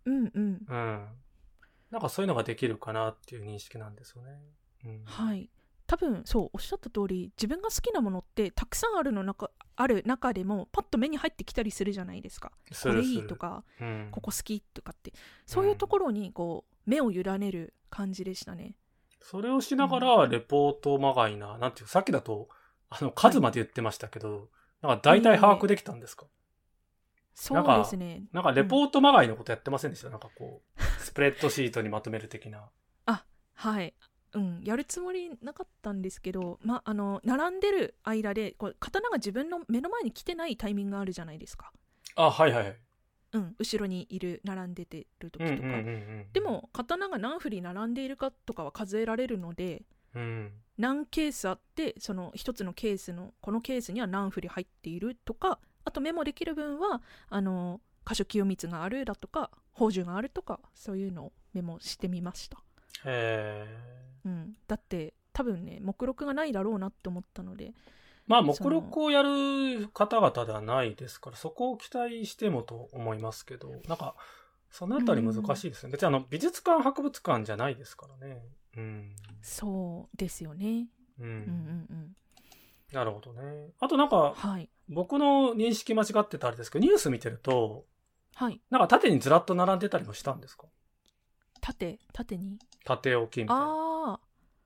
なんかそういうのができるかなっていう認識なんですよね。 はい。多分そうおっしゃった通り、自分が好きなものってたくさんある中でもパッと目に入ってきたりするじゃないですか。これいいとか、ここ好きとかって、そういうところにこう目を委ねる感じでしたね。 それをしながらレポートまがいな、なんていうさっきだと数まで言ってましたけど、なんか大体把握できたんですか？ そうですね。 なんかレポートまがいのことやってませんでした？なんかこうスプレッドシートにまとめる的な。 はい。やるつもりなかったんですけど、並んでる間でこう刀が自分の目の前に来てないタイミングがあるじゃないですか。 はいはいはい。 後ろにいる並んでてる時とか、でも刀が何振り並んでいるかとかは数えられるので、 何ケースあって、その一つのケースのこのケースには何振り入っているとか、あとメモできる分は箇所清光があるだとか宝珠があるとか、そういうのをメモしてみました。だって多分ね目録がないだろうなって思ったので。 まあ目録をやる方々ではないですから、そこを期待してもと思いますけど、なんかそのあたり難しいですね。別に美術館博物館じゃないですからね。 そうですよね。 なるほどね。あとなんか、僕の認識間違ってたあれですけど、ニュース見てると、なんか縦にずらっと並んでたりもしたんですか？ 縦に縦置きみたいな。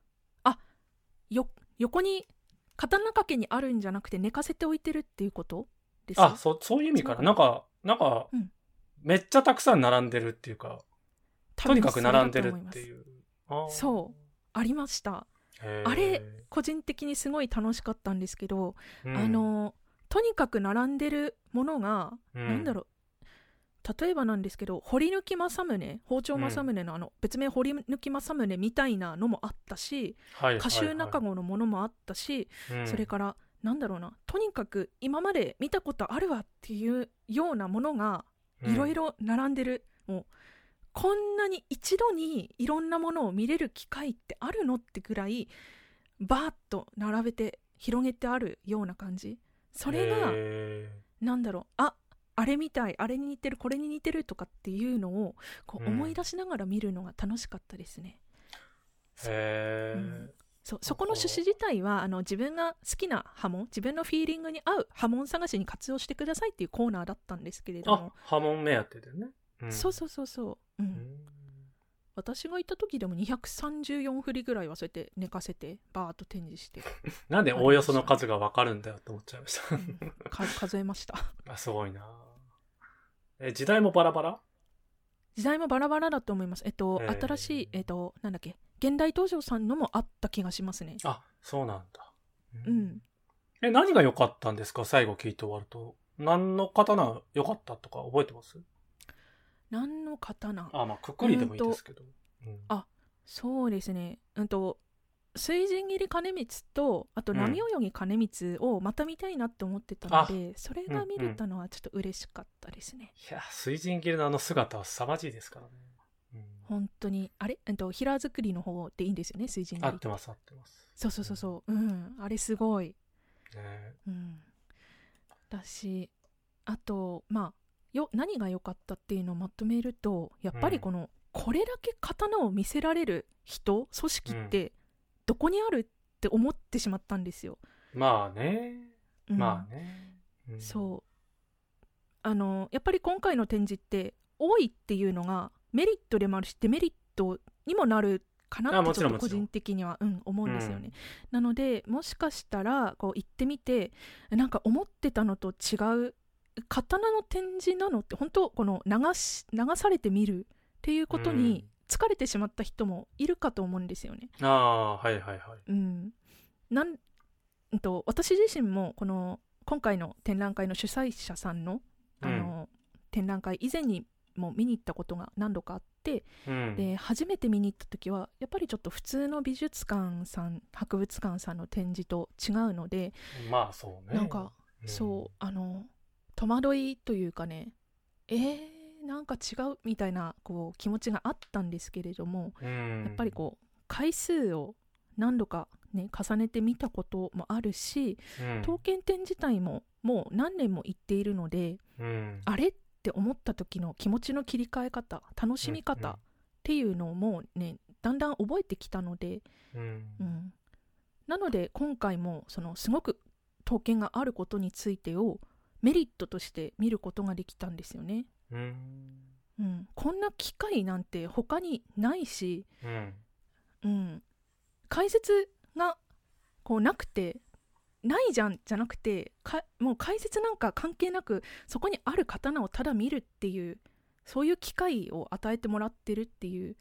横に刀掛けにあるんじゃなくて寝かせておいてるっていうことですか？そういう意味かな。なんか、めっちゃたくさん並んでるっていうか、とにかく並んでるっていう。 そう、ありました。あれ個人的にすごい楽しかったんですけど、とにかく並んでるものが、なんだろう、例えばなんですけど、堀抜正宗、包丁正宗の別名堀抜正宗みたいなのもあったし、歌集中子のものもあったし、それからなんだろうな、とにかく今まで見たことあるわっていうようなものがいろいろ並んでる。もうこんなに一度にいろんなものを見れる機会ってあるのってぐらいバーッと並べて広げてあるような感じ。それがなんだろう、あれみたい、あれに似てる、これに似てるとかっていうのをこう思い出しながら見るのが楽しかったですね。そこの趣旨自体は自分が好きな刃文、自分のフィーリングに合う刃文探しに活用してくださいっていうコーナーだったんですけれども。 刃文目当てでね。 そう。私が行った時でも234振りぐらいはそうやって寝かせてバーッと展示してなんでおおよその数が分かるんだよって思っちゃいました数えましたすごいな。時代もバラバラ？ 時代もバラバラだと思います。新しいなんだっけ、現代東條さんのもあった気がしますね。 そうなんだ。何が良かったんですか？最後聞いて終わると何の刀良かったとか覚えてます？ 何の刀？ くくりでもいいですけど。 そうですね。水神切兼光とあと波泳ぎ兼光をまた見たいなって思ってたので、それが見れたのはちょっと嬉しかったですね。 いや、水神切の姿は凄まじいですからね。 本当にあれ平作りの方でいいんですよね、水神切。 合ってます。 そう。あれすごい。だし、あと何が良かったっていうのをまとめると、やっぱりこれだけ刀を見せられる人、組織ってどこにあるって思ってしまったんですよ。 まあね。 そうやっぱり今回の展示って多いっていうのがメリットでもあるしデメリットにもなるかなってちょっと個人的には思うんですよね。なのでもしかしたら行ってみて、なんか思ってたのと違う刀の展示なのって、本当流されてみるっていうことに疲れてしまった人もいるかと思うんですよね。私自身も今回の展覧会の主催者さんの、展覧会以前にも見に行ったことが何度かあって、で初めて見に行った時はやっぱりちょっと普通の美術館さん博物館さんの展示と違うので、なんか戸惑いというかね、なんか違うみたいな気持ちがあったんですけれども、やっぱり回数を何度か、重ねてみたこともあるし、刀剣展自体ももう何年も行っているので、あれって思った時の気持ちの切り替え方、楽しみ方っていうのをもうねだんだん覚えてきたので、なので今回もすごく刀剣があることについてをメリットとして見ることができたんですよね。こんな機会なんて他にないし、解説がなくてないじゃんじゃなくて、もう解説なんか関係なくそこにある刀をただ見るっていう、そういう機会を与えてもらってるっていう、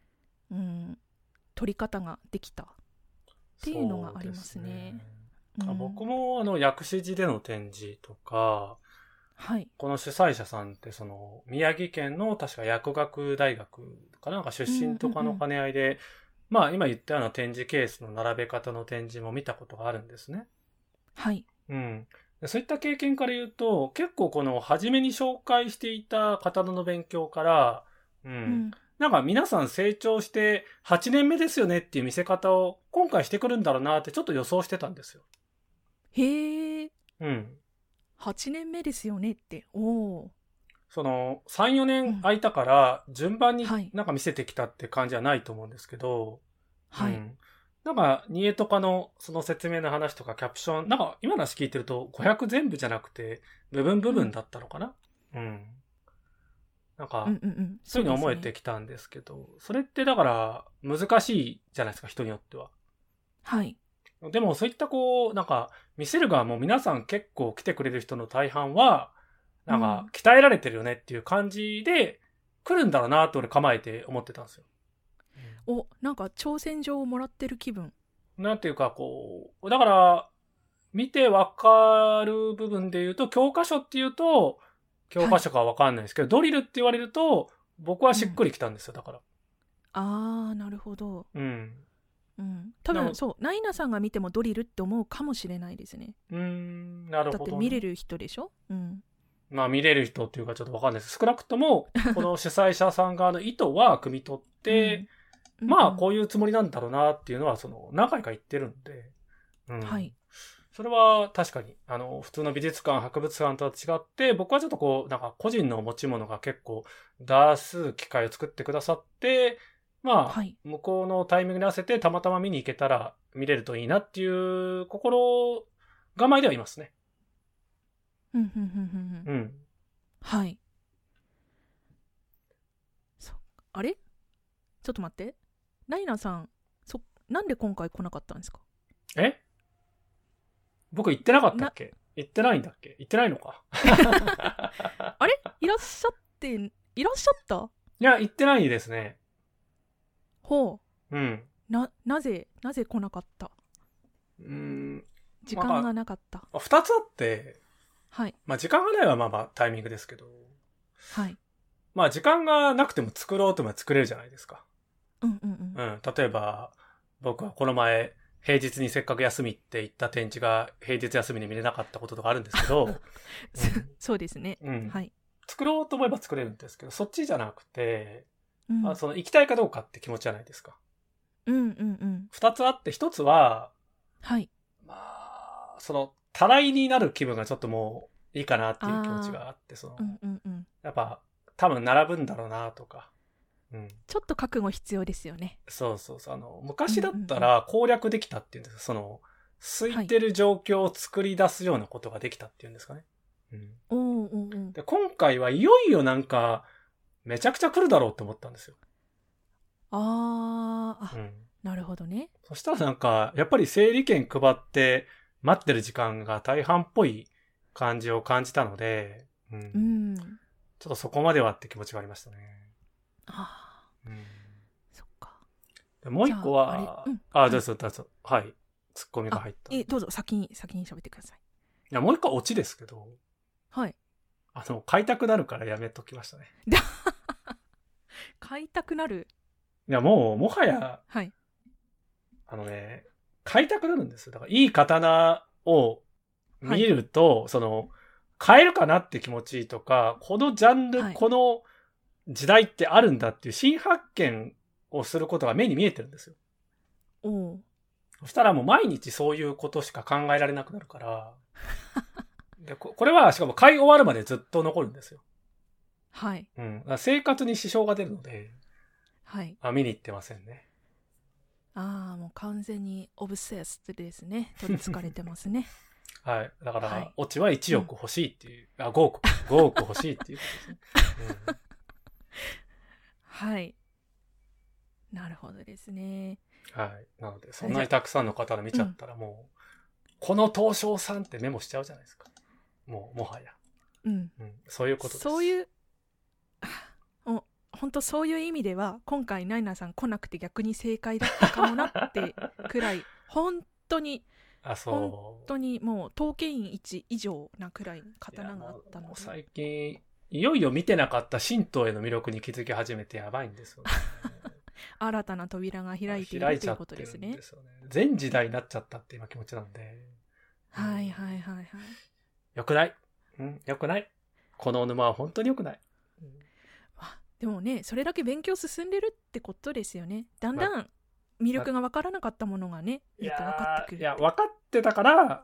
取り方ができたっていうのがありますね。 僕も薬師寺での展示とか、この主催者さんって宮城県の確か薬学大学かなんか出身とかの兼ね合いで、 まあ今言ったような展示ケースの並べ方の展示も見たことがあるんですね。 はい。 うん。そういった経験から言うと、結構この初めに紹介していた刀の勉強から、なんか皆さん成長して8年目ですよねっていう見せ方を今回してくるんだろうなってちょっと予想してたんですよ。 へえ。 うん。 8年目ですよねって。おー。 その3、4年空いたから順番になんか見せてきたって感じはないと思うんですけど、 はい。 なんか、ニエとかのその説明の話とかキャプション、なんか今の話聞いてると500全部じゃなくて部分だったのかな。なんか、そういうの思えてきたんですけど、それってだから難しいじゃないですか、人によっては。 はい。 でもそういったこう、なんか見せる側も皆さん結構来てくれる人の大半は、なんか鍛えられてるよねっていう感じで来るんだろうなと俺構えて思ってたんですよ。 なんか挑戦状をもらってる気分。 なんていうかこう、だから、見てわかる部分で言うと、教科書っていうと、教科書かわかんないですけど、ドリルって言われると、僕はしっくりきたんですよ、だから。 あー、なるほど。多分そう、ナイナさんが見てもドリルって思うかもしれないですね。 なるほど、ね。 だって見れる人でしょ。 まあ見れる人っていうかちょっとわかんないです。少なくとも、この主催者さん側の意図は汲み取って、まあこういうつもりなんだろうなっていうのは、その何回か言ってるんで。 はい。 それは確かに、普通の美術館、博物館とは違って、僕はちょっとこう、なんか個人の持ち物が結構出す機会を作ってくださって、まあ、向こうのタイミングに合わせてたまたま見に行けたら見れるといいなっていう心構えではいますね。 はい。あれ？ちょっと待って。ナイナさん、なんで今回来なかったんですか？ 僕行ってなかったっけ？行ってないんだっけ？行ってないのか。 あれ？いらっしゃった？ いや、行ってないですね。 ほう。なぜ来なかった？時間がなかった。 二つあって、 はい。 まあ時間がないはまあタイミングですけど、 はい。 まあ時間がなくても作ろうとも作れるじゃないですか。例えば、僕はこの前、平日にせっかく休みって言った展示が平日休みに見れなかったこととかあるんですけど、 そうですね。はい。 作ろうと思えば作れるんですけど、そっちじゃなくて、その行きたいかどうかって気持ちじゃないですか。二つあって、一つは、 はい。 まあ、その、たらいになる気分がちょっともういいかなっていう気持ちがあって、その、やっぱ多分並ぶんだろうなとか、 ちょっと覚悟必要ですよね。 そう。昔だったら攻略できたっていうんですか、その、空いてる状況を作り出すようなことができたっていうんですかね。で今回はいよいよなんか、めちゃくちゃ来るだろうって思ったんですよ。 なるほどね。 そしたらなんか、やっぱり整理券配って待ってる時間が大半っぽい感じを感じたので、ちょっとそこまではって気持ちがありましたね。 そっか。 もう一個は、どうぞ。はい。ツッコミが入った。 どうぞ、先に喋ってください。 いや、もう一個はオチですけど。 はい。 買いたくなるからやめときましたね。 買いたくなる？ いや、もはや、 はい。 買いたくなるんですよ。だから、いい刀を見ると、その、買えるかなって気持ちとか、このジャンル、この時代ってあるんだっていう新発見をすることが目に見えてるんですよ。そしたらもう毎日そういうことしか考えられなくなるから、でこれはしかも買い終わるまでずっと残るんですよ。 はい。 生活に支障が出るので、 はい。 見に行ってませんね。 もう完全にオブセスですね。取り憑かれてますね。 はい。だから、オチは1億欲しいっていう、5億欲しいっていうことですね。 はい。なるほどですね。 はい。なので、そんなにたくさんの方が見ちゃったらもう、この東証さんってメモしちゃうじゃないですか。もはや。そういうことです。 そういう、本当そういう意味では今回ナイナさん来なくて逆に正解だったかもなってくらい本当にもう刀剣院1以上なくらい刀があったので、 最近いよいよ見てなかった神道への魅力に気づき始めてやばいんですよね。 新たな扉が開いているということですね。 全時代になっちゃったって今気持ちなんで。 はいはいはいはい。 よくない。よくない。この沼は本当によくない。 でもね、それだけ勉強進んでるってことですよね。だんだん魅力が分からなかったものがね、分かってくる。 いや、分かってたから、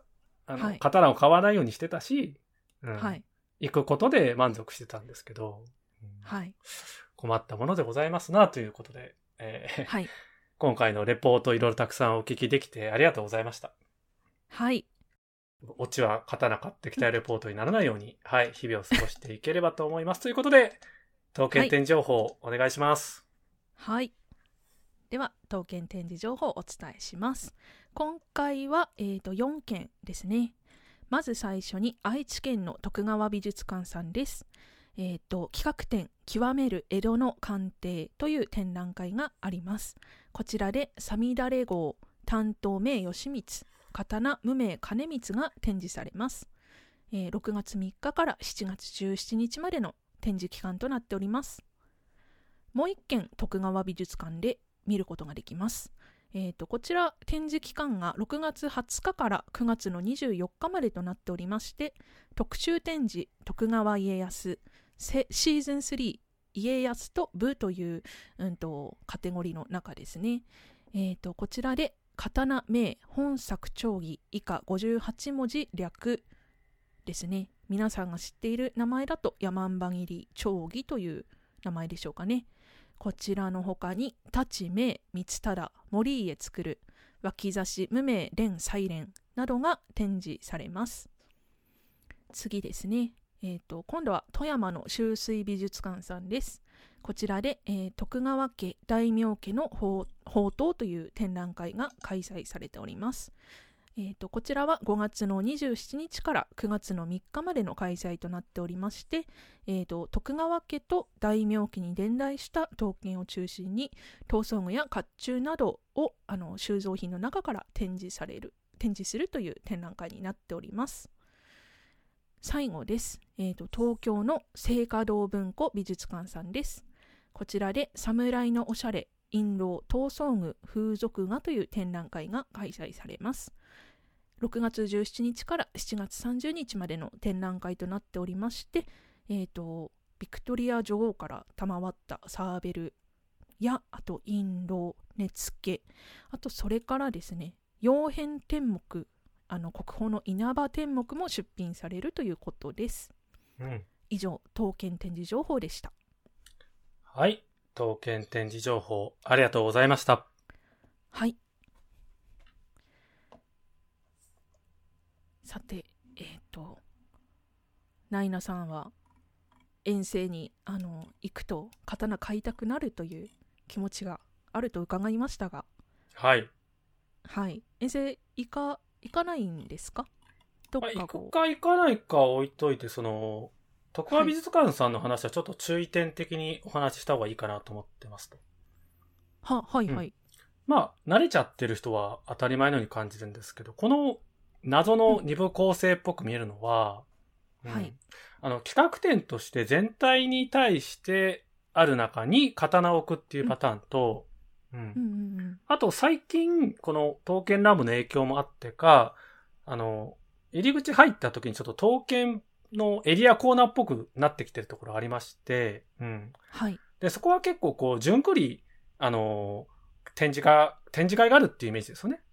はい、刀を買わないようにしてたし、はい、行くことで満足してたんですけど、はい、困ったものでございますなということで、はい、今回のレポートいろいろたくさんお聞きできてありがとうございました。はい。オチは刀買ってきたレポートにならないように、はい、日々を過ごしていければと思います。ということで、刀剣展情報お願いします。 はい。では、刀剣展示情報をお伝えします。今回は、4件ですね。まず最初に愛知県の徳川美術館さんです。企画展極める江戸の鑑定という展覧会があります。こちらで五月雨号担当名義光、刀無名兼光が展示されます。6月3日から7月17日までの展示期間となっております。もう一件徳川美術館で見ることができます。こちら展示期間が6月20日から9月の24日までとなっておりまして、特集展示徳川家康シーズン3家康と武という、カテゴリーの中ですね。こちらで刀名本作丁義以下58文字略ですね。皆さんが知っている名前だと山姥切丁義という名前でしょうかね。こちらの他に太刀名光忠森家作る脇差し無名連彩蓮などが展示されます。次ですね。今度は富山の秋水美術館さんです。こちらで、徳川家大名家の宝刀という展覧会が開催されております。こちらは5月の27日から9月の3日までの開催となっておりまして、徳川家と大名家に伝来した刀剣を中心に刀装具や甲冑などを収蔵品の中から展示するという展覧会になっております。最後です。東京の聖華堂文庫美術館さんです。こちらで侍のおしゃれ印籠刀装具風俗画という展覧会が開催されます。6月17日から7月30日までの展覧会となっておりまして、ビクトリア女王から賜ったサーベルや、あと印籠、根付、あとそれからですね、曜変天目、国宝の稲葉天目も出品されるということです。以上、刀剣展示情報でした。 はい、刀剣展示情報ありがとうございました。 はい。さて、ナイナさんは遠征に行くと刀買いたくなるという気持ちがあると伺いましたが、 はい。 はい。遠征行かないんですか？ どっか行くか行かないか置いといて、徳川美術館さんの話はちょっと注意点的にお話しした方がいいかなと思ってますと。 はいはい。 まあ、慣れちゃってる人は当たり前のように感じるんですけど、この謎の二部構成っぽく見えるのは、はい。企画展として全体に対してある中に刀を置くっていうパターンと、あと最近、この刀剣乱舞の影響もあってか、入り口入った時にちょっと刀剣のエリアコーナーっぽくなってきてるところがありまして、 はい。 で、そこは結構こう、じゅんくり、展示会があるっていうイメージですよね。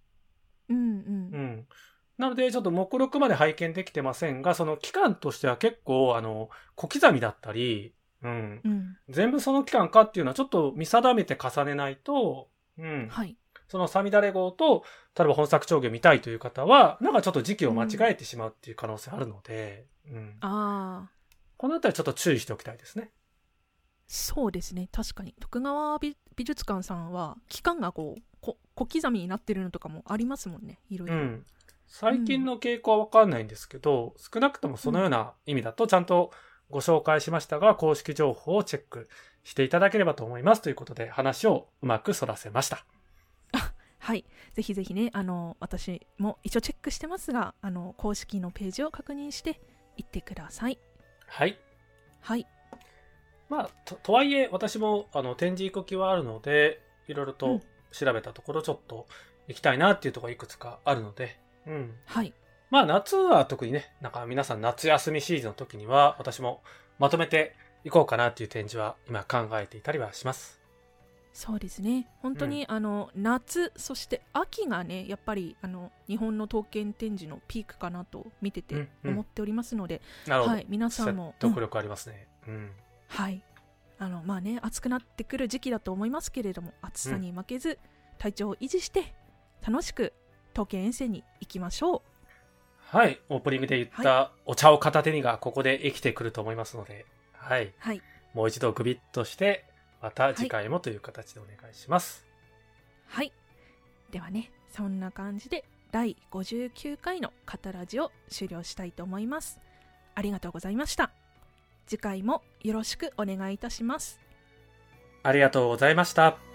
なので、ちょっと目録まで拝見できてませんが、その期間としては結構、小刻みだったり、全部その期間かっていうのはちょっと見定めて重ねないと、はい。その五月雨号と、例えば本作丁義を見たいという方は、なんかちょっと時期を間違えてしまうっていう可能性あるので、このあたりちょっと注意しておきたいですね。 そうですね。確かに。徳川美術館さんは、期間が小刻みになってるのとかもありますもんね。いろいろ。 最近の傾向は分かんないんですけど、少なくともそのような意味だとちゃんとご紹介しましたが、公式情報をチェックしていただければと思いますということで、話をうまくそらせました。 はい。ぜひぜひね、私も一応チェックしてますが、公式のページを確認していってください。 はい。 はい。 まあ、とはいえ、私も展示行く気はあるので、 いろいろと調べたところちょっと行きたいなっていうところいくつかあるので、 はい。 まあ夏は特にね、なんか皆さん夏休みシーズンの時には私もまとめて行こうかなっていう展示は今考えていたりはします。 そうですね。本当に、夏そして秋がね、やっぱり日本の刀剣展示のピークかなと見てて思っておりますので、 なるほど。 はい、皆さんも説得力ありますね。 はい。まあね、暑くなってくる時期だと思いますけれども、暑さに負けず体調を維持して楽しく刀剣遠征に行きましょう。 はい、オープニングで言ったお茶を片手にがここで生きてくると思いますので、はい、 はい、 もう一度グビッとしてまた次回もという形でお願いします。 はい、ではね、そんな感じで第59回のカタラジを終了したいと思います。ありがとうございました。次回もよろしくお願いいたします。 ありがとうございました。